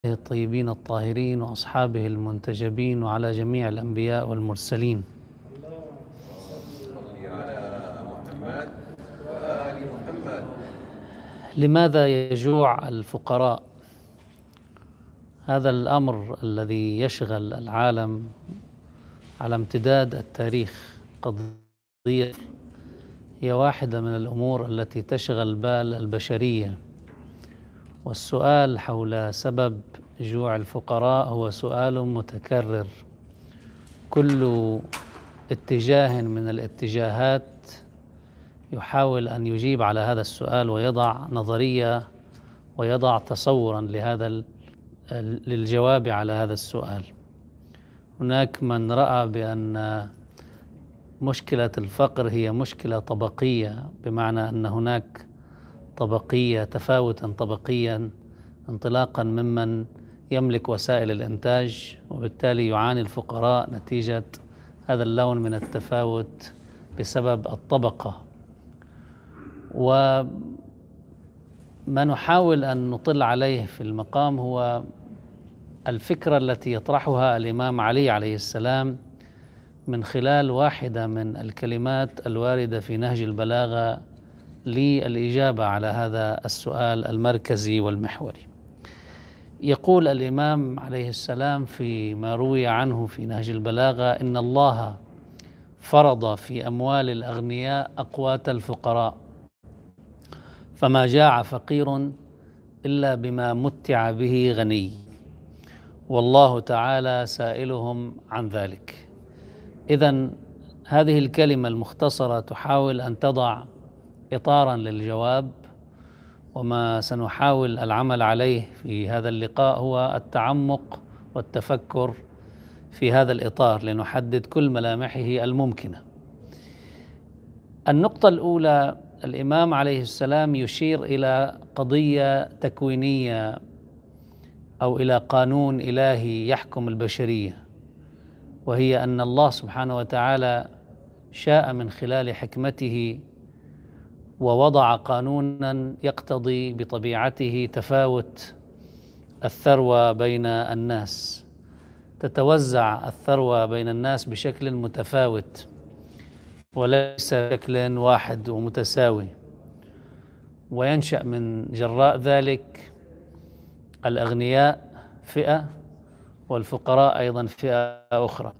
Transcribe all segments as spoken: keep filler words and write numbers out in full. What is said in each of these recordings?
الطيبين الطاهرين وأصحابه المنتجبين وعلى جميع الأنبياء والمرسلين. لماذا يجوع الفقراء؟ هذا الأمر الذي يشغل العالم على امتداد التاريخ. قضية هي واحدة من الأمور التي تشغل بال البشرية، والسؤال حول سبب جوع الفقراء هو سؤال متكرر. كل اتجاه من الاتجاهات يحاول أن يجيب على هذا السؤال ويضع نظرية ويضع تصورا لهذا للجواب على هذا السؤال. هناك من رأى بأن مشكلة الفقر هي مشكلة طبقية، بمعنى أن هناك طبقية تفاوتا طبقيا انطلاقا ممن يملك وسائل الإنتاج، وبالتالي يعاني الفقراء نتيجة هذا اللون من التفاوت بسبب الطبقة. وما نحاول أن نطل عليه في المقام هو الفكرة التي يطرحها الإمام علي عليه السلام من خلال واحدة من الكلمات الواردة في نهج البلاغة للإجابة على هذا السؤال المركزي والمحوري. يقول الإمام عليه السلام فيما روي عنه في نهج البلاغة: إن الله فرض في أموال الأغنياء أقوات الفقراء، فما جاع فقير إلا بما متع به غني، والله تعالى سائلهم عن ذلك. إذن هذه الكلمة المختصرة تحاول أن تضع إطارا للجواب، وما سنحاول العمل عليه في هذا اللقاء هو التعمق والتفكر في هذا الإطار لنحدد كل ملامحه الممكنة. النقطة الأولى، الإمام عليه السلام يشير إلى قضية تكوينية أو إلى قانون إلهي يحكم البشرية، وهي أن الله سبحانه وتعالى شاء من خلال حكمته ووضع قانونا يقتضي بطبيعته تفاوت الثروة بين الناس. تتوزع الثروة بين الناس بشكل متفاوت وليس بشكل واحد ومتساوي، وينشأ من جراء ذلك الأغنياء فئة والفقراء أيضا فئة أخرى.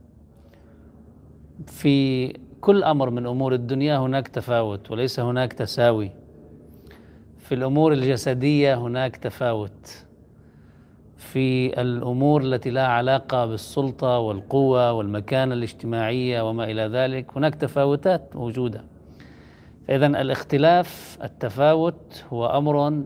في كل أمر من أمور الدنيا هناك تفاوت وليس هناك تساوي. في الأمور الجسدية هناك تفاوت، في الأمور التي لها علاقة بالسلطة والقوة والمكانة الاجتماعية وما إلى ذلك هناك تفاوتات موجودة. إذن الاختلاف التفاوت هو أمر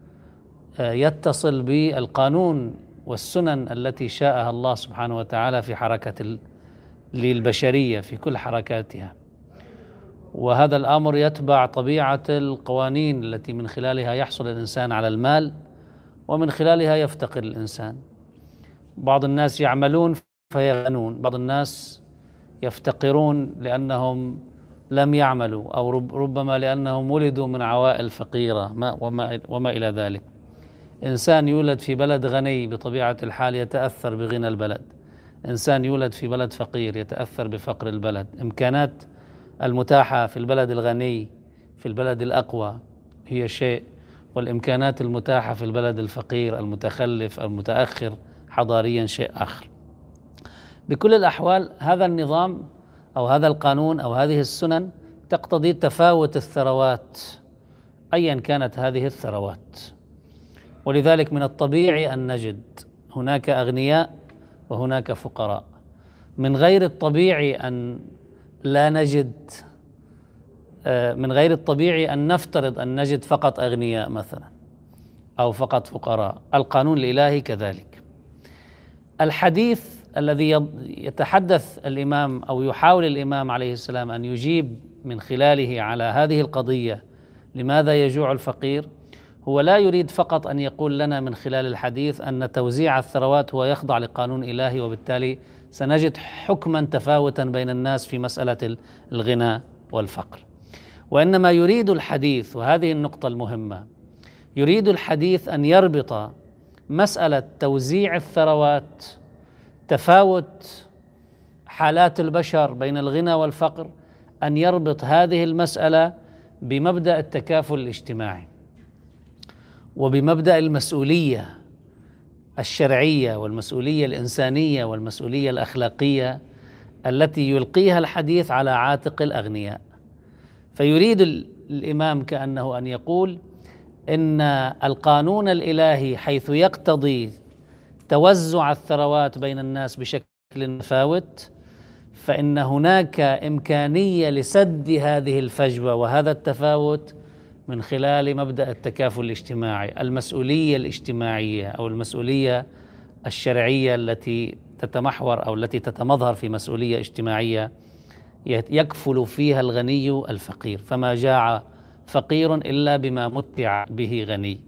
يتصل بالقانون والسنن التي شاءها الله سبحانه وتعالى في حركة للبشرية في كل حركاتها، وهذا الأمر يتبع طبيعة القوانين التي من خلالها يحصل الإنسان على المال ومن خلالها يفتقر الإنسان. بعض الناس يعملون فيغنون، بعض الناس يفتقرون لأنهم لم يعملوا، أو ربما لأنهم ولدوا من عوائل فقيرة وما, وما إلى ذلك. إنسان يولد في بلد غني بطبيعة الحال يتأثر بغنى البلد، إنسان يولد في بلد فقير يتأثر بفقر البلد. إمكانات المتاحة في البلد الغني في البلد الأقوى هي شيء، والإمكانات المتاحة في البلد الفقير المتخلف المتأخر حضاريا شيء آخر. بكل الأحوال هذا النظام أو هذا القانون أو هذه السنن تقتضي تفاوت الثروات أيا كانت هذه الثروات، ولذلك من الطبيعي أن نجد هناك أغنياء وهناك فقراء. من غير الطبيعي أن لا نجد من غير الطبيعي أن نفترض أن نجد فقط أغنياء مثلا أو فقط فقراء. القانون الإلهي كذلك. الحديث الذي يتحدث الإمام أو يحاول الإمام عليه السلام أن يجيب من خلاله على هذه القضية لماذا يجوع الفقير، هو لا يريد فقط أن يقول لنا من خلال الحديث أن توزيع الثروات هو يخضع لقانون إلهي وبالتالي سنجد حكما تفاوتا بين الناس في مسألة الغنى والفقر، وإنما يريد الحديث، وهذه النقطة المهمة، يريد الحديث أن يربط مسألة توزيع الثروات، تفاوت حالات البشر بين الغنى والفقر، أن يربط هذه المسألة بمبدأ التكافل الاجتماعي وبمبدأ المسؤولية الشرعية والمسؤولية الإنسانية والمسؤولية الأخلاقية التي يلقيها الحديث على عاتق الأغنياء. فيريد الإمام كأنه أن يقول إن القانون الإلهي حيث يقتضي توزع الثروات بين الناس بشكل متفاوت، فإن هناك إمكانية لسد هذه الفجوة وهذا التفاوت من خلال مبدأ التكافل الاجتماعي، المسؤولية الاجتماعية أو المسؤولية الشرعية التي تتمحور أو التي تتمظهر في مسؤولية اجتماعية يكفل فيها الغني الفقير، فما جاع فقير إلا بما متع به غني.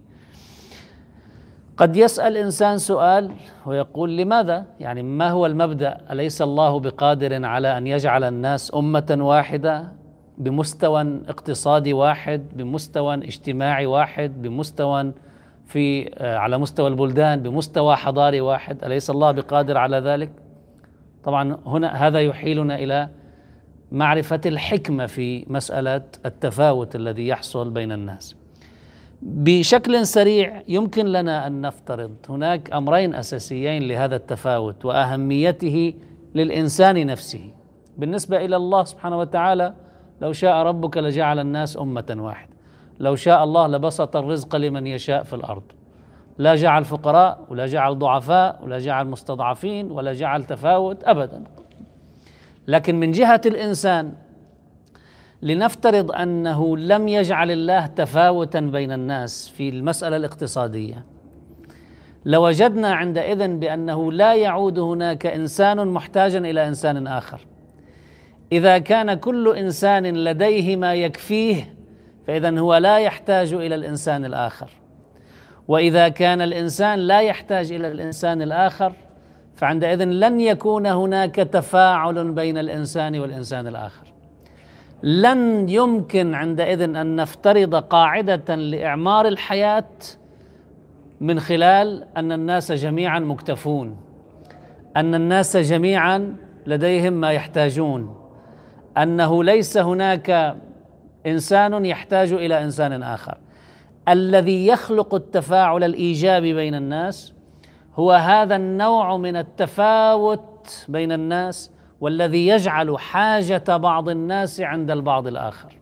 قد يسأل إنسان سؤال ويقول لماذا؟ يعني ما هو المبدأ؟ أليس الله بقادر على أن يجعل الناس أمة واحدة بمستوى اقتصادي واحد، بمستوى اجتماعي واحد، بمستوى في على مستوى البلدان، بمستوى حضاري واحد؟ أليس الله بقادر على ذلك؟ طبعا هنا هذا يحيلنا إلى معرفة الحكمة في مسألة التفاوت الذي يحصل بين الناس. بشكل سريع يمكن لنا أن نفترض هناك أمرين أساسيين لهذا التفاوت وأهميته للإنسان نفسه. بالنسبة إلى الله سبحانه وتعالى، لو شاء ربك لجعل الناس أمة واحدة، لو شاء الله لبسط الرزق لمن يشاء في الأرض، لا جعل فقراء ولا جعل ضعفاء ولا جعل مستضعفين ولا جعل تفاوت أبدا. لكن من جهة الإنسان لنفترض أنه لم يجعل الله تفاوتا بين الناس في المسألة الاقتصادية، لوجدنا عندئذ بأنه لا يعود هناك إنسان محتاجا إلى إنسان آخر. إذا كان كل إنسان لديه ما يكفيه فإذن هو لا يحتاج إلى الإنسان الآخر، وإذا كان الإنسان لا يحتاج إلى الإنسان الآخر فعندئذ لن يكون هناك تفاعل بين الإنسان والإنسان الآخر. لن يمكن عندئذ أن نفترض قاعدة لإعمار الحياة من خلال أن الناس جميعا مكتفون، أن الناس جميعا لديهم ما يحتاجون، أنه ليس هناك إنسان يحتاج إلى إنسان آخر. الذي يخلق التفاعل الإيجابي بين الناس هو هذا النوع من التفاوت بين الناس، والذي يجعل حاجة بعض الناس عند البعض الآخر.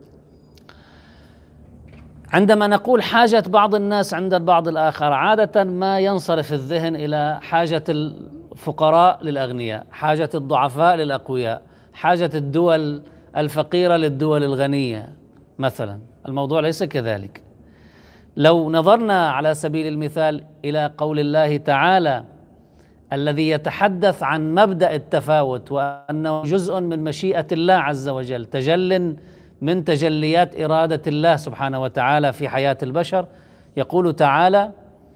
عندما نقول حاجة بعض الناس عند البعض الآخر، عادة ما ينصرف الذهن إلى حاجة الفقراء للأغنياء، حاجة الضعفاء للأقوياء، حاجة الدول الفقيرة للدول الغنية مثلا. الموضوع ليس كذلك. لو نظرنا على سبيل المثال إلى قول الله تعالى الذي يتحدث عن مبدأ التفاوت وأنه جزء من مشيئة الله عز وجل، تجل من تجليات إرادة الله سبحانه وتعالى في حياة البشر، يقول تعالى: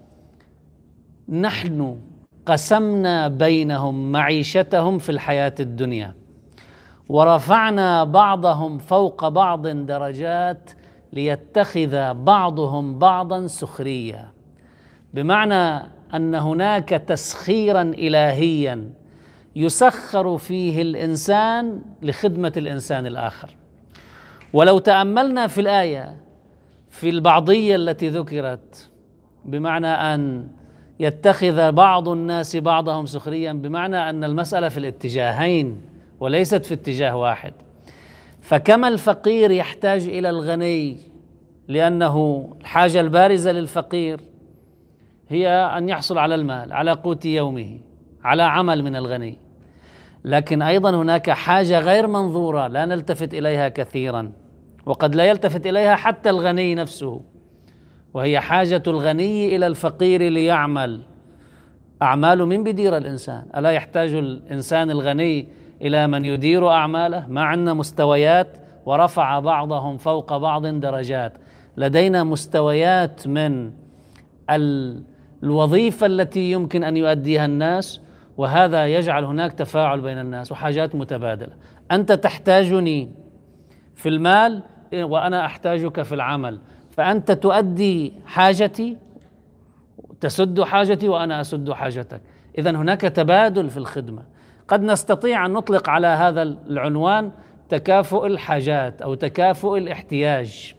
نحن قسمنا بينهم معيشتهم في الحياة الدنيا ورفعنا بعضهم فوق بعض درجات ليتخذ بعضهم بعضا سخريا. بمعنى أن هناك تسخيرا إلهيا يسخر فيه الإنسان لخدمة الإنسان الآخر. ولو تأملنا في الآية في البعضية التي ذكرت، بمعنى أن يتخذ بعض الناس بعضهم سخريا، بمعنى أن المسألة في الاتجاهين وليست في اتجاه واحد. فكما الفقير يحتاج إلى الغني لأنه الحاجة البارزة للفقير هي أن يحصل على المال، على قوت يومه، على عمل من الغني، لكن أيضا هناك حاجة غير منظورة لا نلتفت إليها كثيرا، وقد لا يلتفت إليها حتى الغني نفسه، وهي حاجة الغني إلى الفقير ليعمل. أعماله من بيدير الإنسان؟ ألا يحتاج الإنسان الغني إلى من يدير أعماله؟ ما عندنا مستويات ورفع بعضهم فوق بعض درجات، لدينا مستويات من الوظيفة التي يمكن أن يؤديها الناس، وهذا يجعل هناك تفاعل بين الناس وحاجات متبادلة. أنت تحتاجني في المال وأنا أحتاجك في العمل، فأنت تؤدي حاجتي تسد حاجتي وأنا أسد حاجتك. إذن هناك تبادل في الخدمة. قد نستطيع أن نطلق على هذا العنوان تكافؤ الحاجات أو تكافؤ الاحتياج،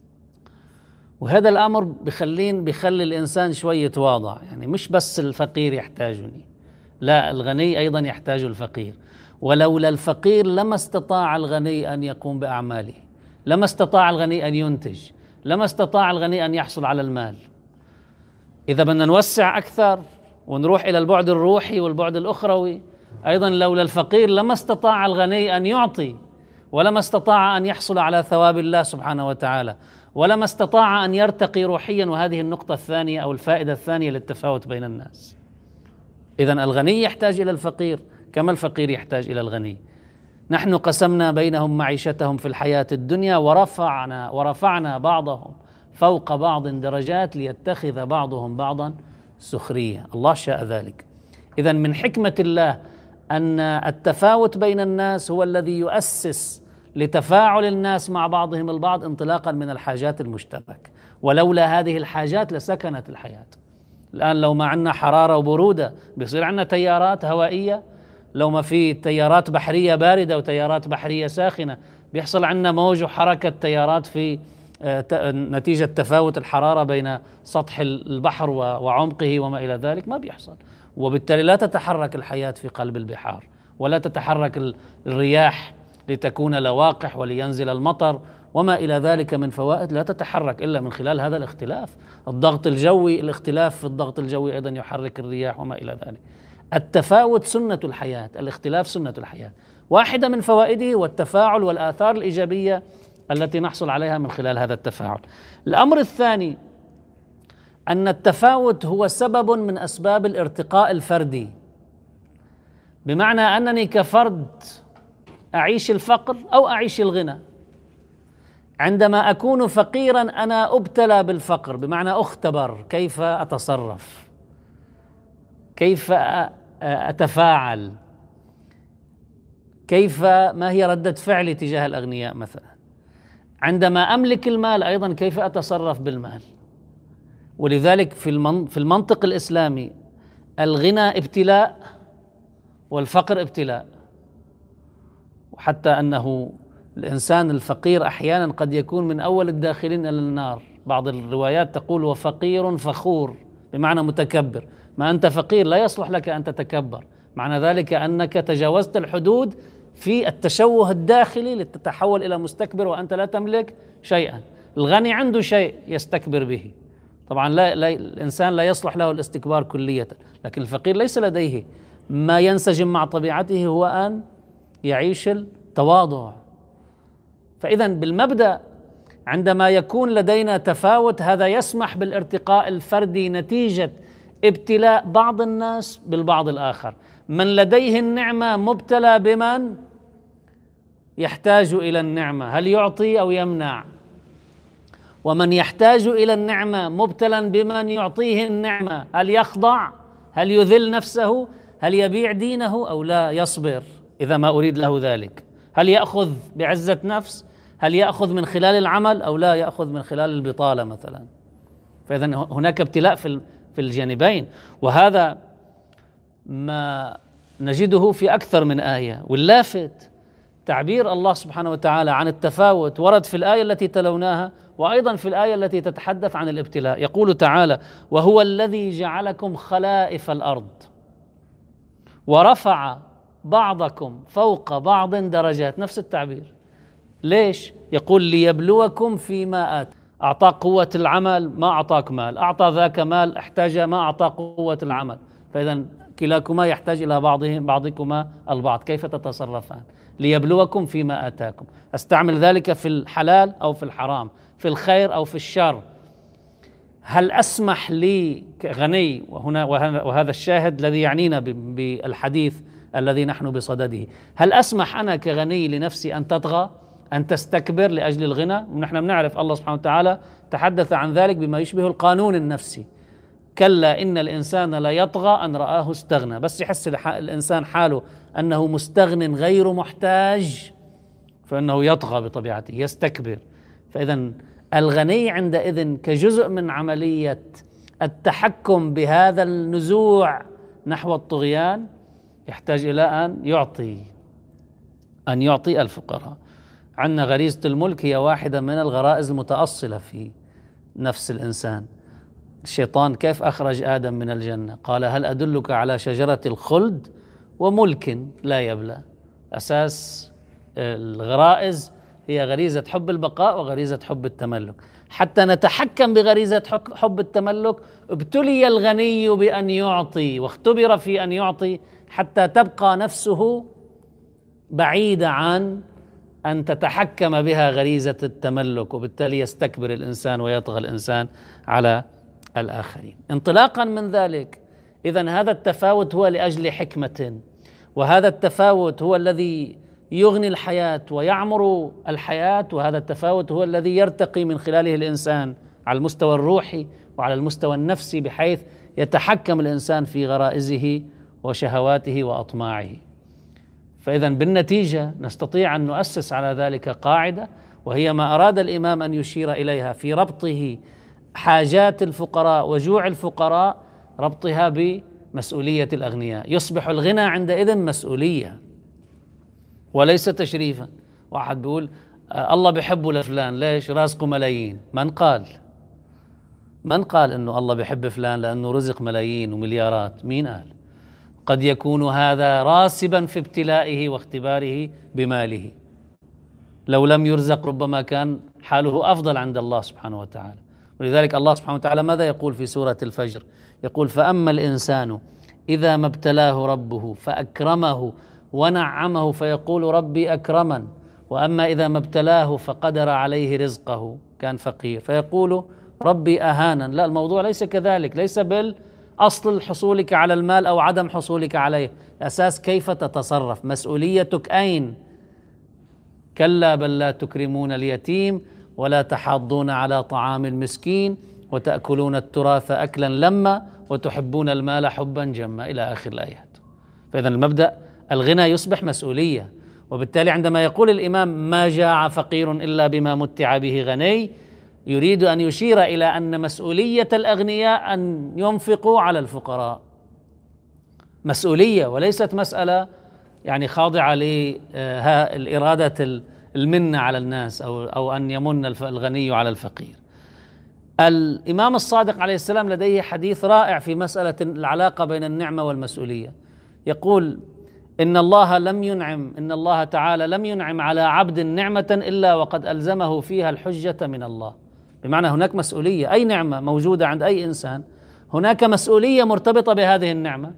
وهذا الأمر بخلين بخلي الإنسان شوي يتواضع. يعني مش بس الفقير يحتاجني، لا، الغني أيضا يحتاج الفقير، ولولا الفقير لما استطاع الغني أن يقوم بأعماله، لما استطاع الغني أن ينتج، لما استطاع الغني أن يحصل على المال. إذا بدنا نوسع أكثر ونروح إلى البعد الروحي والبعد الأخروي، أيضا لولا الفقير لما استطاع الغني أن يعطي، ولما استطاع أن يحصل على ثواب الله سبحانه وتعالى، ولما استطاع أن يرتقي روحيا. وهذه النقطة الثانية أو الفائدة الثانية للتفاوت بين الناس. إذن الغني يحتاج إلى الفقير كما الفقير يحتاج إلى الغني. نحن قسمنا بينهم معيشتهم في الحياة الدنيا ورفعنا ورفعنا بعضهم فوق بعض درجات ليتخذ بعضهم بعضا سخرية. الله شاء ذلك. إذن من حكمة الله أن التفاوت بين الناس هو الذي يؤسس لتفاعل الناس مع بعضهم البعض انطلاقا من الحاجات المشتركة، ولولا هذه الحاجات لسكنت الحياة. الآن لو ما عندنا حرارة وبرودة بيصير عندنا تيارات هوائية، لو ما في تيارات بحرية باردة وتيارات بحرية ساخنة بيحصل عندنا موج وحركة تيارات في نتيجة تفاوت الحرارة بين سطح البحر وعمقه وما إلى ذلك، ما بيحصل. وبالتالي لا تتحرك الحياة في قلب البحار، ولا تتحرك الرياح لتكون لواقح ولينزل المطر وما إلى ذلك من فوائد، لا تتحرك إلا من خلال هذا الاختلاف. الضغط الجوي، الاختلاف في الضغط الجوي أيضا يحرك الرياح وما إلى ذلك. التفاوت سنة الحياة، الاختلاف سنة الحياة. واحدة من فوائده والتفاعل والآثار الإيجابية التي نحصل عليها من خلال هذا التفاعل. الأمر الثاني أن التفاوت هو سبب من أسباب الارتقاء الفردي، بمعنى أنني كفرد أعيش الفقر أو أعيش الغنى. عندما أكون فقيرا أنا أبتلى بالفقر، بمعنى أختبر كيف أتصرف، كيف أتفاعل، كيف ما هي ردة فعلي تجاه الأغنياء مثلا. عندما أملك المال أيضا كيف أتصرف بالمال. ولذلك في في المنطق الإسلامي الغنى ابتلاء والفقر ابتلاء، وحتى أنه الإنسان الفقير أحيانا قد يكون من أول الداخلين إلى النار. بعض الروايات تقول وفقير فخور، بمعنى متكبر. ما أنت فقير لا يصلح لك أن تتكبر، معنى ذلك أنك تجاوزت الحدود في التشوه الداخلي لتتحول إلى مستكبر وأنت لا تملك شيئا. الغني عنده شيء يستكبر به، طبعا لا, لا الإنسان لا يصلح له الاستكبار كلية، لكن الفقير ليس لديه ما ينسجم مع طبيعته هو أن يعيش التواضع. فإذا بالمبدأ عندما يكون لدينا تفاوت هذا يسمح بالارتقاء الفردي نتيجة ابتلاء بعض الناس بالبعض الآخر. من لديه النعمة مبتلى بمن يحتاج إلى النعمة، هل يعطي أو يمنع؟ ومن يحتاج إلى النعمة مبتلى بمن يعطيه النعمة، هل يخضع؟ هل يذل نفسه؟ هل يبيع دينه أو لا يصبر إذا ما أريد له ذلك؟ هل يأخذ بعزة نفس؟ هل يأخذ من خلال العمل أو لا يأخذ من خلال البطالة مثلا؟ فإذا هناك ابتلاء في في الجانبين، وهذا ما نجده في أكثر من آية. واللافت تعبير الله سبحانه وتعالى عن التفاوت ورد في الآية التي تلوناها، وأيضا في الآية التي تتحدث عن الابتلاء. يقول تعالى وهو الذي جعلكم خلائف الأرض ورفع بعضكم فوق بعض درجات، نفس التعبير. ليش؟ يقول ليبلوكم فيما آتى. أعطاك قوة العمل ما أعطاك مال، أعطى ذاك مال احتاج ما أعطى قوة العمل، فإذا كلاكما يحتاج إلى بعضهم بعضكما البعض، كيف تتصرفان؟ ليبلوكم فيما آتاكم. أستعمل ذلك في الحلال أو في الحرام، في الخير أو في الشر. هل أسمح لي كغني، وهنا وهذا الشاهد الذي يعنينا بالحديث الذي نحن بصدده، هل أسمح أنا كغني لنفسي أن تطغى، أن تستكبر لأجل الغنى؟ ونحن بنعرف الله سبحانه وتعالى تحدث عن ذلك بما يشبه القانون النفسي. كلا إن الإنسان لا يطغى أن رآه استغنى، بس يحس الإنسان حاله أنه مستغن غير محتاج فإنه يطغى بطبيعته، يستكبر. فإذا الغني عندئذ كجزء من عملية التحكم بهذا النزوع نحو الطغيان يحتاج إلى أن يعطي أن يعطي الفقراء. عندنا غريزة الملك هي واحدة من الغرائز المتأصلة في نفس الإنسان. الشيطان كيف أخرج آدم من الجنة؟ قال هل أدلك على شجرة الخلد وملك لا يبلى. أساس الغرائز هي غريزة حب البقاء وغريزة حب التملك. حتى نتحكم بغريزة حب التملك ابتلي الغني بأن يعطي واختبر في أن يعطي حتى تبقى نفسه بعيدة عن أن تتحكم بها غريزة التملك، وبالتالي يستكبر الإنسان ويطغى الإنسان على الآخرين. انطلاقا من ذلك إذن هذا التفاوت هو لأجل حكمة، وهذا التفاوت هو الذي يغني الحياة ويعمر الحياة، وهذا التفاوت هو الذي يرتقي من خلاله الإنسان على المستوى الروحي وعلى المستوى النفسي، بحيث يتحكم الإنسان في غرائزه وشهواته وأطماعه. فإذا بالنتيجة نستطيع أن نؤسس على ذلك قاعدة، وهي ما أراد الإمام أن يشير إليها في ربطه حاجات الفقراء وجوع الفقراء، ربطها بمسؤولية الأغنياء. يصبح الغنى عندئذ مسؤولية وليس تشريفا. واحد بيقول الله بيحبه لفلان، ليش؟ رازقه ملايين. من قال؟ من قال إنه الله بيحب فلان لأنه رزق ملايين ومليارات؟ مين قال؟ قد يكون هذا راسبا في ابتلائه واختباره بماله، لو لم يرزق ربما كان حاله أفضل عند الله سبحانه وتعالى. ولذلك الله سبحانه وتعالى ماذا يقول في سورة الفجر؟ يقول فأما الإنسان إذا ما ابتلاه ربه فأكرمه ونعمه فيقول ربي أكرمن، وأما إذا ما ابتلاه فقدر عليه رزقه كان فقير فيقول ربي أهانن. لا، الموضوع ليس كذلك، ليس بالأصل حصولك على المال أو عدم حصولك عليه، الأساس كيف تتصرف. مسؤوليتك أين؟ كلا بل لا تكرمون اليتيم ولا تحاضون على طعام المسكين وتأكلون التراث أكلا لما وتحبون المال حبا جما، إلى آخر الآيات. فإذا المبدأ الغنى يصبح مسؤولية، وبالتالي عندما يقول الإمام ما جاع فقير إلا بما متع به غني، يريد أن يشير إلى أن مسؤولية الأغنياء أن ينفقوا على الفقراء، مسؤولية وليست مسألة يعني خاضعة لإرادة المنة على الناس أو أو أن يمن الغني على الفقير. الإمام الصادق عليه السلام لديه حديث رائع في مسألة العلاقة بين النعمة والمسؤولية. يقول إن الله لم ينعم إن الله تعالى لم ينعم على عبد نعمة إلا وقد ألزمه فيها الحجة من الله. بمعنى هناك مسؤولية، أي نعمة موجودة عند أي إنسان هناك مسؤولية مرتبطة بهذه النعمة.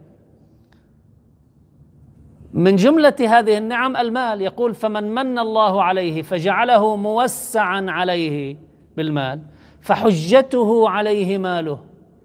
من جملة هذه النعم المال. يقول فمن من الله عليه فجعله موسعا عليه بالمال فحجته عليه ماله،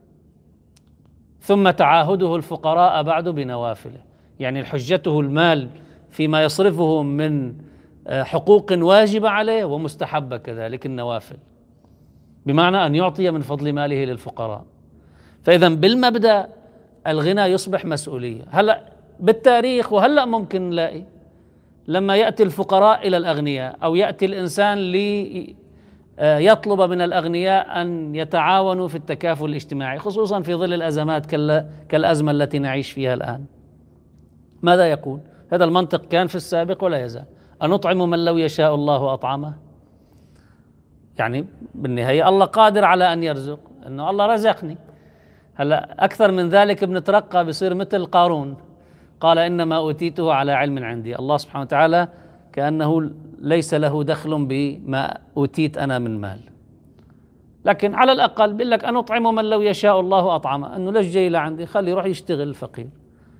ثم تعاهده الفقراء بعد بنوافله. يعني حجته المال فيما يصرفه من حقوق واجبة عليه ومستحبة كذلك النوافل، بمعنى أن يعطي من فضل ماله للفقراء. فإذا بالمبدأ الغنى يصبح مسؤولية. هلأ بالتاريخ وهلأ ممكن نلاقي لما يأتي الفقراء إلى الأغنياء أو يأتي الإنسان ليطلب من الأغنياء أن يتعاونوا في التكافل الاجتماعي، خصوصا في ظل الأزمات كالأزمة التي نعيش فيها الآن، ماذا يقول؟ هذا المنطق كان في السابق ولا يزال. أنطعم من لو يشاء الله أطعمه؟ يعني بالنهاية الله قادر على أن يرزق، إنه الله رزقني. هلا أكثر من ذلك بنترقى بصير مثل قارون، قال إنما أوتيته على علم عندي. الله سبحانه وتعالى كأنه ليس له دخل بما أوتيت أنا من مال، لكن على الأقل بيقول لك أنطعم من لو يشاء الله أطعمه، أنه ليش جاي لعندي؟ خلي يروح يشتغل الفقير.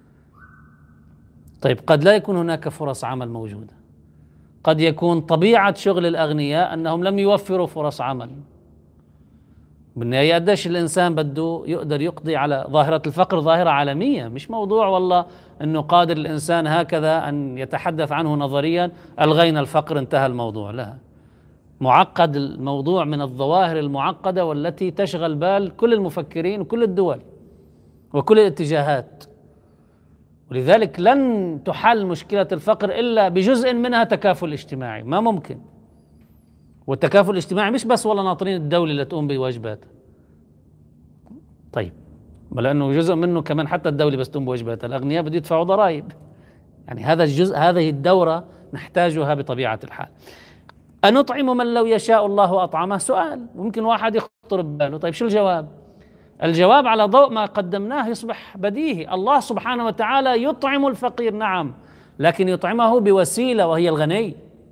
طيب قد لا يكون هناك فرص عمل موجودة، قد يكون طبيعة شغل الأغنياء أنهم لم يوفروا فرص عمل. بالنهاية قديش الإنسان بده يقدر يقضي على ظاهرة الفقر؟ ظاهرة عالمية، مش موضوع والله أنه قادر الإنسان هكذا أن يتحدث عنه نظريا ألغينا الفقر انتهى الموضوع. لا، معقد الموضوع من الظواهر المعقدة والتي تشغل بال كل المفكرين وكل الدول وكل الاتجاهات. ولذلك لن تحل مشكلة الفقر إلا بجزء منها تكافل اجتماعي، ما ممكن. والتكافل الاجتماعي مش بس والله ناطرين الدولة اللي تقوم بواجباتها، طيب، ولأنه جزء منه كمان حتى الدولة بس تقوم بواجباتها، الأغنياء بده يدفعوا ضرائب. يعني هذا الجزء، هذه الدورة نحتاجها بطبيعة الحال. أنطعم من لو يشاء الله أطعمه؟ سؤال ممكن واحد يخطر بباله. طيب شو الجواب؟ الجواب على ضوء ما قدمناه يصبح بديهي. الله سبحانه وتعالى يطعم الفقير، نعم، لكن يطعمه بوسيلة وهي الغني.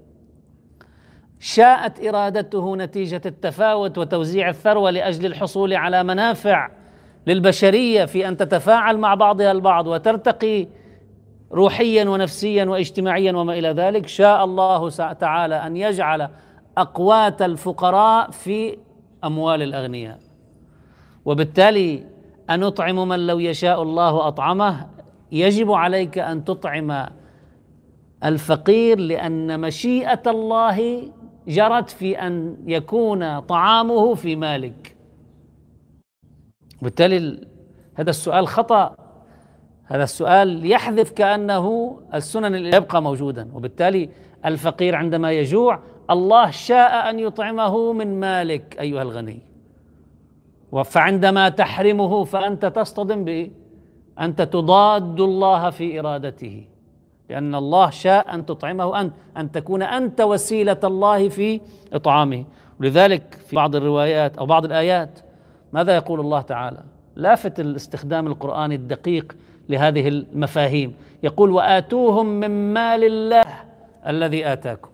شاءت إرادته نتيجة التفاوت وتوزيع الثروة لأجل الحصول على منافع للبشرية في أن تتفاعل مع بعضها البعض وترتقي روحيا ونفسيا واجتماعيا وما إلى ذلك. شاء الله تعالى أن يجعل أقوات الفقراء في أموال الأغنياء، وبالتالي أن نطعم من لو يشاء الله أطعمه، يجب عليك أن تطعم الفقير لأن مشيئة الله جرت في أن يكون طعامه في مالك. بالتالي هذا السؤال خطأ، هذا السؤال يحذف كأنه السنن اللي يبقى موجودا. وبالتالي الفقير عندما يجوع الله شاء أن يطعمه من مالك أيها الغني، فعندما تحرمه فأنت تصطدم به، أنت تضاد الله في إرادته، لأن الله شاء أن تطعمه أنت، أن تكون أنت وسيلة الله في إطعامه. ولذلك في بعض الروايات أو بعض الآيات ماذا يقول الله تعالى؟ لافت الاستخدام القرآني الدقيق لهذه المفاهيم، يقول وآتوهم من مال الله الذي آتاكم.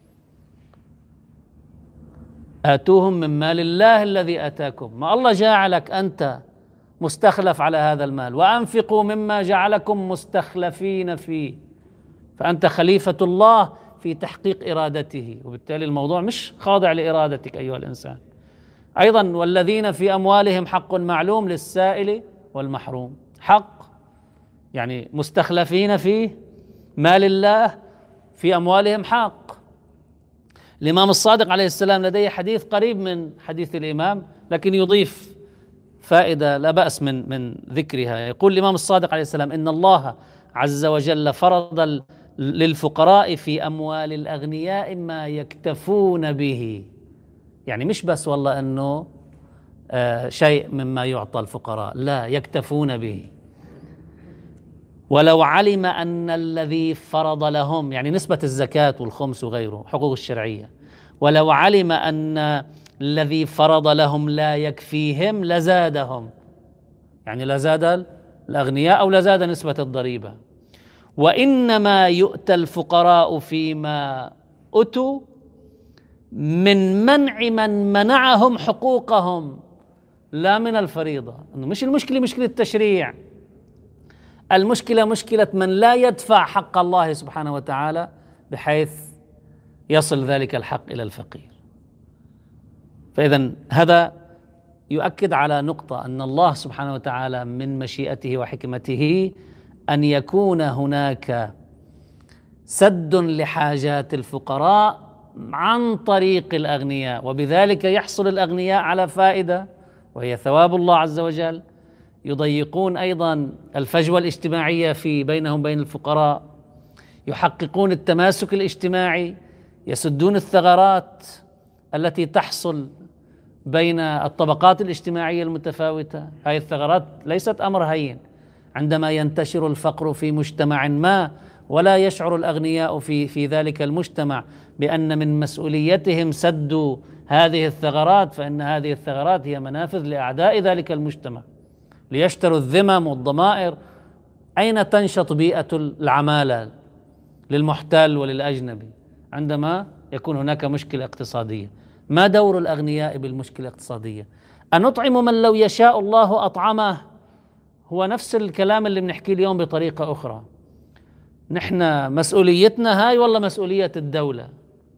آتوهم من مال الله الذي آتاكم، ما الله جعلك أنت مستخلف على هذا المال، وأنفقوا مما جعلكم مستخلفين فيه، فأنت خليفة الله في تحقيق إرادته، وبالتالي الموضوع مش خاضع لإرادتك أيها الإنسان. أيضا والذين في أموالهم حق معلوم للسائل والمحروم، حق يعني مستخلفين في مال الله، في أموالهم حق. الإمام الصادق عليه السلام لديه حديث قريب من حديث الإمام لكن يضيف فائدة لا بأس من من ذكرها. يقول الإمام الصادق عليه السلام إن الله عز وجل فرض للفقراء في أموال الأغنياء ما يكتفون به، يعني مش بس والله أنه آه شيء مما يعطى الفقراء، لا، يكتفون به. ولو علم أن الذي فرض لهم، يعني نسبة الزكاة والخمس وغيره حقوق الشرعية، ولو علم أن الذي فرض لهم لا يكفيهم لزادهم، يعني لزاد الأغنياء أو لزاد نسبة الضريبة. وإنما يؤتى الفقراء فيما أتوا من منع من منعهم حقوقهم لا من الفريضة. إنه مش المشكلة مشكلة تشريع، المشكلة مشكلة من لا يدفع حق الله سبحانه وتعالى بحيث يصل ذلك الحق إلى الفقير. فإذا هذا يؤكد على نقطة أن الله سبحانه وتعالى من مشيئته وحكمته أن يكون هناك سد لحاجات الفقراء عن طريق الأغنياء، وبذلك يحصل الأغنياء على فائدة وهي ثواب الله عز وجل. يضيقون أيضا الفجوة الاجتماعية في بينهم بين الفقراء، يحققون التماسك الاجتماعي، يسدون الثغرات التي تحصل بين الطبقات الاجتماعية المتفاوتة. هذه الثغرات ليست أمر هين. عندما ينتشر الفقر في مجتمع ما ولا يشعر الأغنياء في في ذلك المجتمع بأن من مسؤوليتهم سد هذه الثغرات، فإن هذه الثغرات هي منافذ لأعداء ذلك المجتمع ليشتروا الذمم والضمائر. أين تنشط بيئة العمالة للمحتل وللأجنبي؟ عندما يكون هناك مشكلة اقتصادية. ما دور الأغنياء بالمشكلة الاقتصادية؟ أن نطعم من لو يشاء الله أطعمه هو نفس الكلام اللي بنحكيه اليوم بطريقة أخرى. نحن مسؤوليتنا هاي والله مسؤولية الدولة.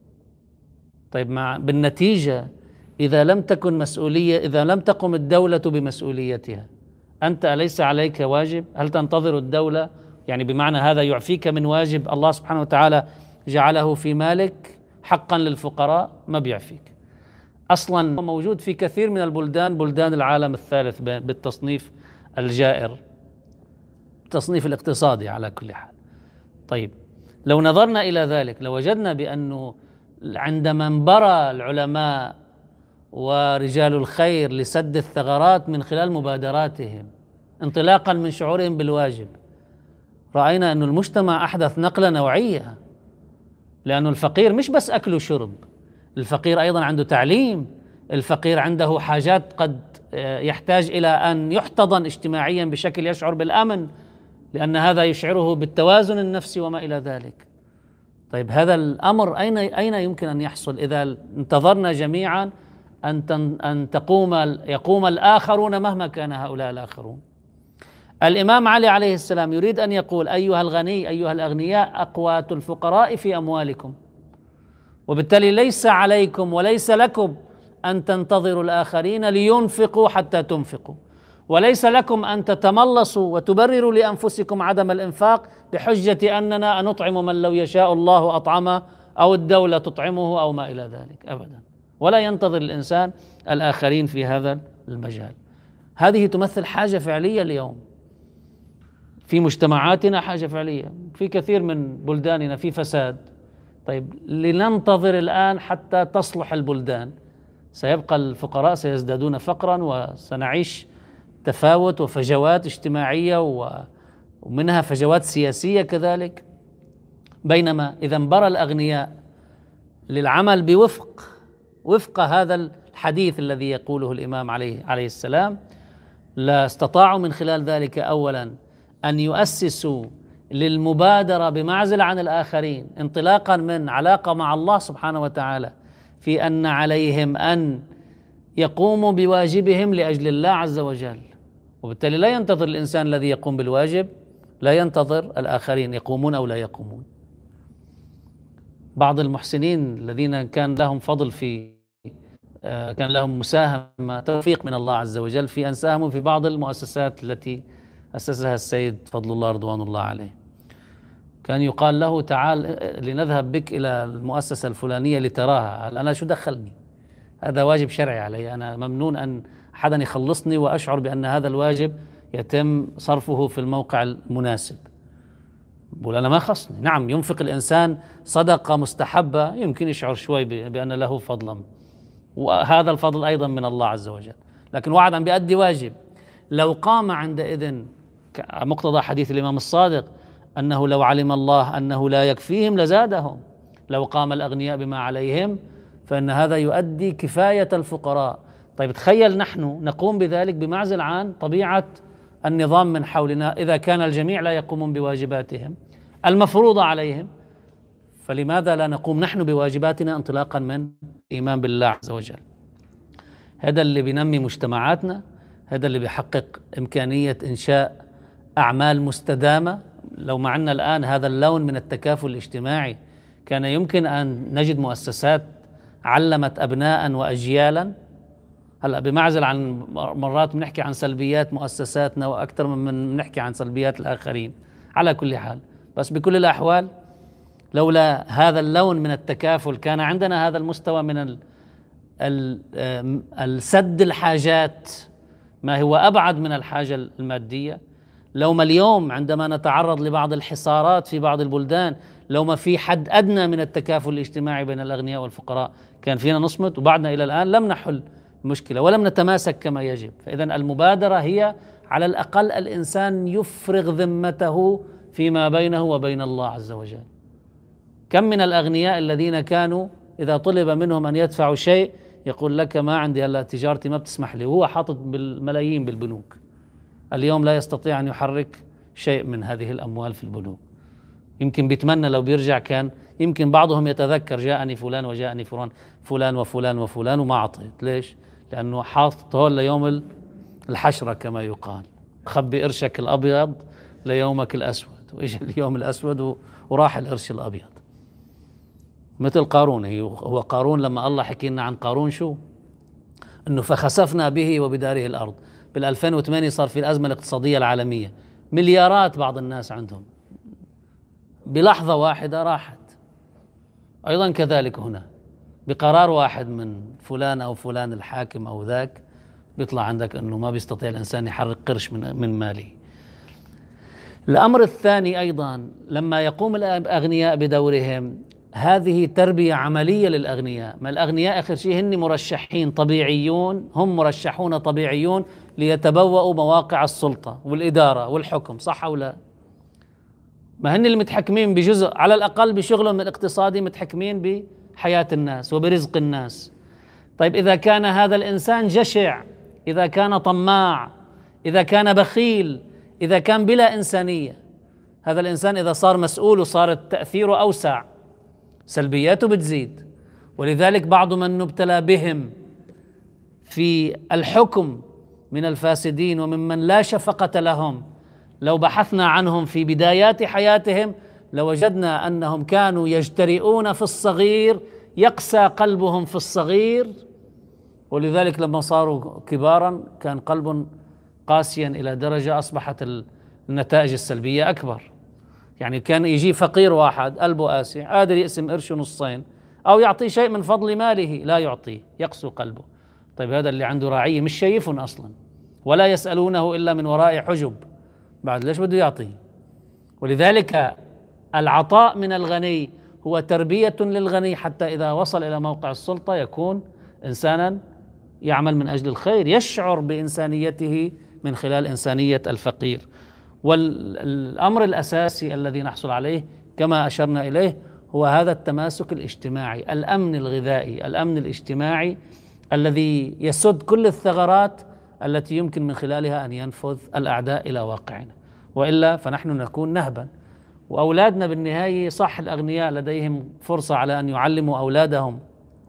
طيب مع بالنتيجة إذا لم تكن مسؤولية، إذا لم تقم الدولة بمسؤوليتها، أنت أليس عليك واجب؟ هل تنتظر الدولة؟ يعني بمعنى هذا يعفيك من واجب الله سبحانه وتعالى جعله في مالك حقا للفقراء؟ ما بيعفيك أصلا. موجود في كثير من البلدان، بلدان العالم الثالث بالتصنيف الجائر، التصنيف الاقتصادي على كل حال. طيب لو نظرنا إلى ذلك لوجدنا بأنه عندما انبرى العلماء ورجال الخير لسد الثغرات من خلال مبادراتهم انطلاقا من شعورهم بالواجب. رأينا أن المجتمع أحدث نقلة نوعية، لأن الفقير مش بس أكل وشرب، الفقير أيضا عنده تعليم، الفقير عنده حاجات قد يحتاج إلى أن يحتضن اجتماعيا بشكل يشعر بالأمن، لأن هذا يشعره بالتوازن النفسي وما إلى ذلك. طيب هذا الأمر أين أين يمكن أن يحصل إذا انتظرنا جميعا أن أن تقوم يقوم الآخرون مهما كان هؤلاء الآخرون؟ الإمام علي عليه السلام يريد أن يقول: أيها الغني أيها الأغنياء أقوات الفقراء في أموالكم، وبالتالي ليس عليكم وليس لكم أن تنتظروا الآخرين لينفقوا حتى تنفقوا، وليس لكم أن تتملصوا وتبرروا لأنفسكم عدم الإنفاق بحجة أننا نطعم من لو يشاء الله أطعمه أو الدولة تطعمه أو ما إلى ذلك، أبدا. ولا ينتظر الإنسان الآخرين في هذا المجال. هذه تمثل حاجة فعلية اليوم في مجتمعاتنا، حاجة فعلية. في كثير من بلداننا في فساد. طيب لننتظر الآن حتى تصلح البلدان؟ سيبقى الفقراء سيزدادون فقرا، وسنعيش تفاوت وفجوات اجتماعية ومنها فجوات سياسية كذلك. بينما إذا انبرى الأغنياء للعمل بوفق وفق هذا الحديث الذي يقوله الإمام عليه عليه السلام، لا استطاعوا من خلال ذلك أولا أن يؤسسوا للمبادرة بمعزل عن الآخرين، انطلاقا من علاقة مع الله سبحانه وتعالى في أن عليهم أن يقوموا بواجبهم لأجل الله عز وجل. وبالتالي لا ينتظر الإنسان الذي يقوم بالواجب، لا ينتظر الآخرين يقومون أو لا يقومون. بعض المحسنين الذين كان لهم فضل في كان لهم مساهمة توفيق من الله عز وجل في أن ساهموا في بعض المؤسسات التي أسسها السيد فضل الله رضوان الله عليه، كان يقال له: تعال لنذهب بك إلى المؤسسة الفلانية لتراها. أنا شو دخلني؟ هذا واجب شرعي علي، أنا ممنون أن أحدا يخلصني وأشعر بأن هذا الواجب يتم صرفه في الموقع المناسب. بقول أنا ما خصني. نعم، ينفق الإنسان صدقة مستحبة يمكن يشعر شوي بأن له فضلا، وهذا الفضل أيضا من الله عز وجل، لكن وعد أن بيأدي واجب. لو قام عندئذ مقتضى حديث الإمام الصادق أنه لو علم الله أنه لا يكفيهم لزادهم، لو قام الأغنياء بما عليهم فإن هذا يؤدي كفاية الفقراء. طيب تخيل نحن نقوم بذلك بمعزل عن طبيعة النظام من حولنا، إذا كان الجميع لا يقومون بواجباتهم المفروضة عليهم، فلماذا لا نقوم نحن بواجباتنا انطلاقا من إيمان بالله عز وجل؟ هذا اللي بينمي مجتمعاتنا، هذا اللي بيحقق إمكانية إنشاء أعمال مستدامة. لو معنا الآن هذا اللون من التكافل الاجتماعي كان يمكن أن نجد مؤسسات علمت أبناء وأجيالا. هلأ بمعزل عن مرات بنحكي عن سلبيات مؤسساتنا وأكثر من بنحكي عن سلبيات الآخرين، على كل حال بس بكل الأحوال لولا هذا اللون من التكافل كان عندنا هذا المستوى من ال ال السد الحاجات، ما هو أبعد من الحاجة المادية. لو ما اليوم عندما نتعرض لبعض الحصارات في بعض البلدان، لو ما في حد أدنى من التكافل الاجتماعي بين الأغنياء والفقراء كان فينا نصمت، وبعدنا إلى الآن لم نحل المشكلة ولم نتماسك كما يجب. فإذا المبادرة هي على الأقل الإنسان يفرغ ذمته فيما بينه وبين الله عز وجل. كم من الأغنياء الذين كانوا إذا طلب منهم أن يدفعوا شيء يقول لك ما عندي إلا تجارتي ما بتسمح لي، وهو حاطط بالملايين بالبنوك. اليوم لا يستطيع أن يحرك شيء من هذه الأموال في البنوك. يمكن بيتمنى لو بيرجع كان يمكن بعضهم يتذكر جاءني فلان وجاءني فلان فلان وفلان وفلان وما أعطيت. ليش؟ لأنه حاطط هول ليوم الحشرة كما يقال، خبي قرشك الأبيض ليومك الأسود، وإيش اليوم الأسود وراح القرش الأبيض. مثل قارون، هو قارون لما الله حكي لنا عن قارون شو؟ انه فخسفنا به وبداره الارض. بال ألفين وثمانية صار في الازمه الاقتصاديه العالميه، مليارات بعض الناس عندهم بلحظه واحده راحت. ايضا كذلك هنا بقرار واحد من فلان او فلان الحاكم او ذاك بيطلع عندك انه ما بيستطيع الانسان يحرك قرش من من ماله. الامر الثاني ايضا لما يقوم الاغنياء بدورهم، هذه تربية عملية للأغنياء. ما الأغنياء آخر شيء هن مرشحين طبيعيون، هم مرشحون طبيعيون ليتبوأوا مواقع السلطة والإدارة والحكم، صح أو لا؟ ما هن اللي متحكمين بجزء على الأقل بشغلهم الاقتصادي، متحكمين بحياة الناس وبرزق الناس. طيب إذا كان هذا الإنسان جشع، إذا كان طماع، إذا كان بخيل، إذا كان بلا إنسانية، هذا الإنسان إذا صار مسؤول وصار تأثيره أوسع، سلبياته بتزيد. ولذلك بعض من نبتلى بهم في الحكم من الفاسدين وممن لا شفقة لهم، لو بحثنا عنهم في بدايات حياتهم لوجدنا أنهم كانوا يجترئون في الصغير، يقسى قلبهم في الصغير، ولذلك لما صاروا كبارا كان قلب قاسيا إلى درجة أصبحت النتائج السلبية أكبر. يعني كان يجي فقير واحد قلبه قاسي، قادر يقسم قرشه نصين أو يعطيه شيء من فضل ماله، لا يعطيه، يقسو قلبه. طيب هذا اللي عنده رعية مش شايفهم أصلا، ولا يسألونه إلا من وراء حجب، بعد ليش بده يعطيه؟ ولذلك العطاء من الغني هو تربية للغني، حتى إذا وصل إلى موقع السلطة يكون إنسانا يعمل من أجل الخير، يشعر بإنسانيته من خلال إنسانية الفقير. والأمر الأساسي الذي نحصل عليه كما أشرنا إليه هو هذا التماسك الاجتماعي، الأمن الغذائي، الأمن الاجتماعي الذي يسد كل الثغرات التي يمكن من خلالها أن ينفذ الأعداء إلى واقعنا، وإلا فنحن نكون نهبا. وأولادنا بالنهاية صح الأغنياء لديهم فرصة على أن يعلموا أولادهم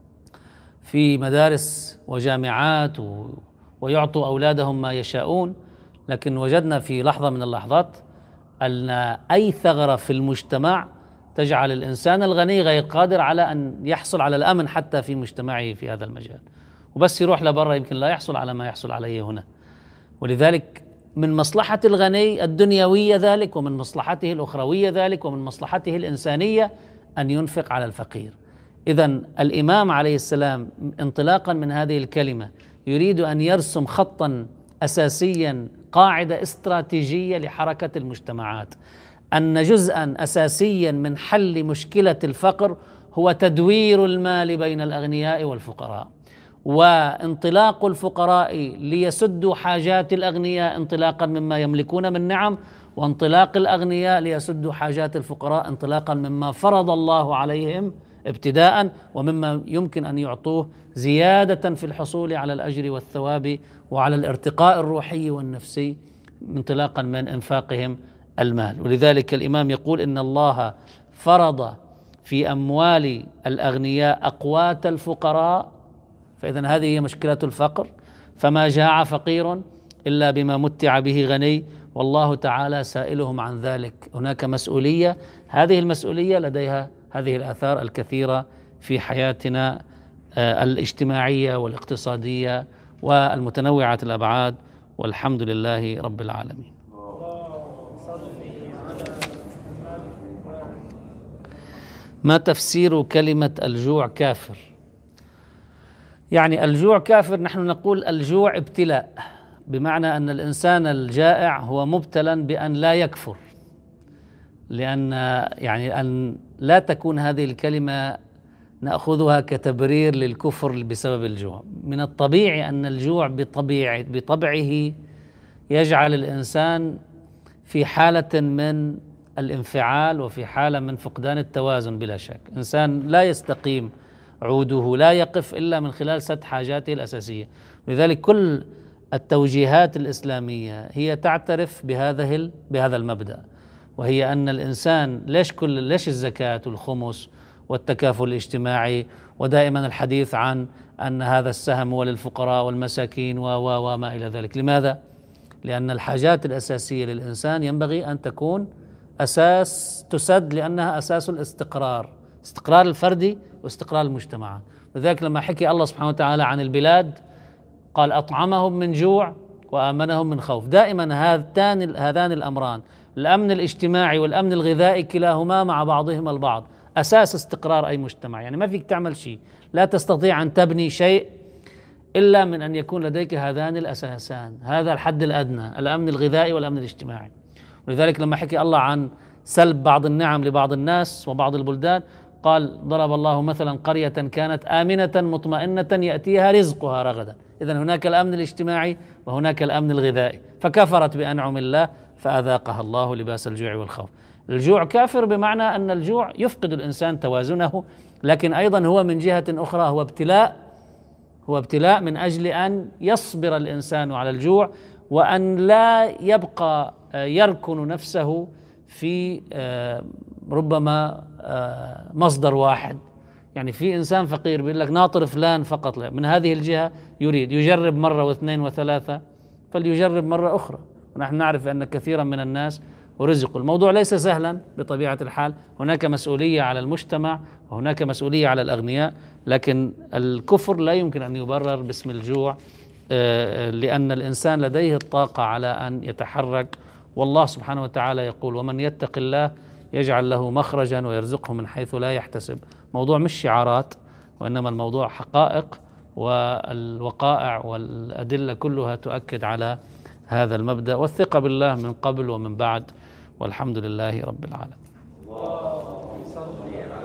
في مدارس وجامعات ويعطوا أولادهم ما يشاءون، لكن وجدنا في لحظة من اللحظات أن أي ثغرة في المجتمع تجعل الإنسان الغني غير قادر على أن يحصل على الأمن حتى في مجتمعه في هذا المجال، وبس يروح لبرا يمكن لا يحصل على ما يحصل عليه هنا. ولذلك من مصلحة الغني الدنيوية ذلك، ومن مصلحته الأخروية ذلك، ومن مصلحته الإنسانية أن ينفق على الفقير. إذن الإمام عليه السلام انطلاقا من هذه الكلمة يريد أن يرسم خطا أساسيا، قاعدة استراتيجية لحركة المجتمعات، أن جزءا أساسيا من حل مشكلة الفقر هو تدوير المال بين الأغنياء والفقراء، وانطلاق الفقراء ليسدوا حاجات الأغنياء انطلاقا مما يملكون من نعم، وانطلاق الأغنياء ليسدوا حاجات الفقراء انطلاقا مما فرض الله عليهم ابتداء، ومما يمكن أن يعطوه زيادة في الحصول على الأجر والثواب وعلى الارتقاء الروحي والنفسي انطلاقا من إنفاقهم المال. ولذلك الإمام يقول إن الله فرض في أموال الأغنياء أقوات الفقراء، فإذن هذه هي مشكلة الفقر، فما جاع فقير إلا بما متع به غني، والله تعالى سائلهم عن ذلك. هناك مسؤولية، هذه المسؤولية لديها هذه الآثار الكثيرة في حياتنا الاجتماعية والاقتصادية والمتنوعة الأبعاد، والحمد لله رب العالمين. ما تفسير كلمة الجوع كافر؟ يعني الجوع كافر، نحن نقول الجوع ابتلاء، بمعنى أن الإنسان الجائع هو مبتلى بأن لا يكفر، لأن يعني أن لا تكون هذه الكلمة نأخذها كتبرير للكفر بسبب الجوع. من الطبيعي أن الجوع بطبيعة بطبعه يجعل الإنسان في حالة من الانفعال وفي حالة من فقدان التوازن بلا شك. إنسان لا يستقيم عوده، لا يقف إلا من خلال سد حاجاته الأساسية. لذلك كل التوجيهات الإسلامية هي تعترف بهذا بهذا المبدأ، وهي أن الإنسان ليش كل ليش الزكاة والخمس والتكافل الاجتماعي، ودائما الحديث عن أن هذا السهم هو للفقراء والمساكين و و وما إلى ذلك. لماذا؟ لأن الحاجات الأساسية للإنسان ينبغي أن تكون أساس تسد، لأنها أساس الاستقرار، استقرار الفردي واستقرار المجتمع. لذلك لما حكي الله سبحانه وتعالى عن البلاد قال أطعمهم من جوع وآمنهم من خوف. دائما هذان هذان الأمران، الأمن الاجتماعي والأمن الغذائي، كلاهما مع بعضهما البعض أساس استقرار أي مجتمع. يعني ما فيك تعمل شيء، لا تستطيع أن تبني شيء إلا من أن يكون لديك هذان الأساسان، هذا الحد الأدنى، الأمن الغذائي والأمن الاجتماعي. ولذلك لما حكي الله عن سلب بعض النعم لبعض الناس وبعض البلدان قال ضرب الله مثلا قرية كانت آمنة مطمئنة يأتيها رزقها رغدا. إذن هناك الأمن الاجتماعي وهناك الأمن الغذائي، فكفرت بأنعم الله فأذاقها الله لباس الجوع والخوف. الجوع كافر بمعنى أن الجوع يفقد الإنسان توازنه، لكن أيضا هو من جهة أخرى هو ابتلاء، هو ابتلاء من أجل أن يصبر الإنسان على الجوع وأن لا يبقى يركن نفسه في ربما مصدر واحد. يعني في إنسان فقير بيقول لك ناطر فلان فقط، لا، من هذه الجهة يريد يجرب مرة واثنين وثلاثة فليجرب مرة أخرى. ونحن نعرف أن كثيرا من الناس ورزقوا. الموضوع ليس سهلا بطبيعة الحال، هناك مسؤولية على المجتمع وهناك مسؤولية على الأغنياء، لكن الكفر لا يمكن أن يبرر باسم الجوع، لأن الإنسان لديه الطاقة على أن يتحرك. والله سبحانه وتعالى يقول ومن يتق الله يجعل له مخرجا ويرزقه من حيث لا يحتسب. موضوع مش شعارات، وإنما الموضوع حقائق، والوقائع والأدلة كلها تؤكد على هذا المبدأ، والثقة بالله من قبل ومن بعد، والحمد لله رب العالمين.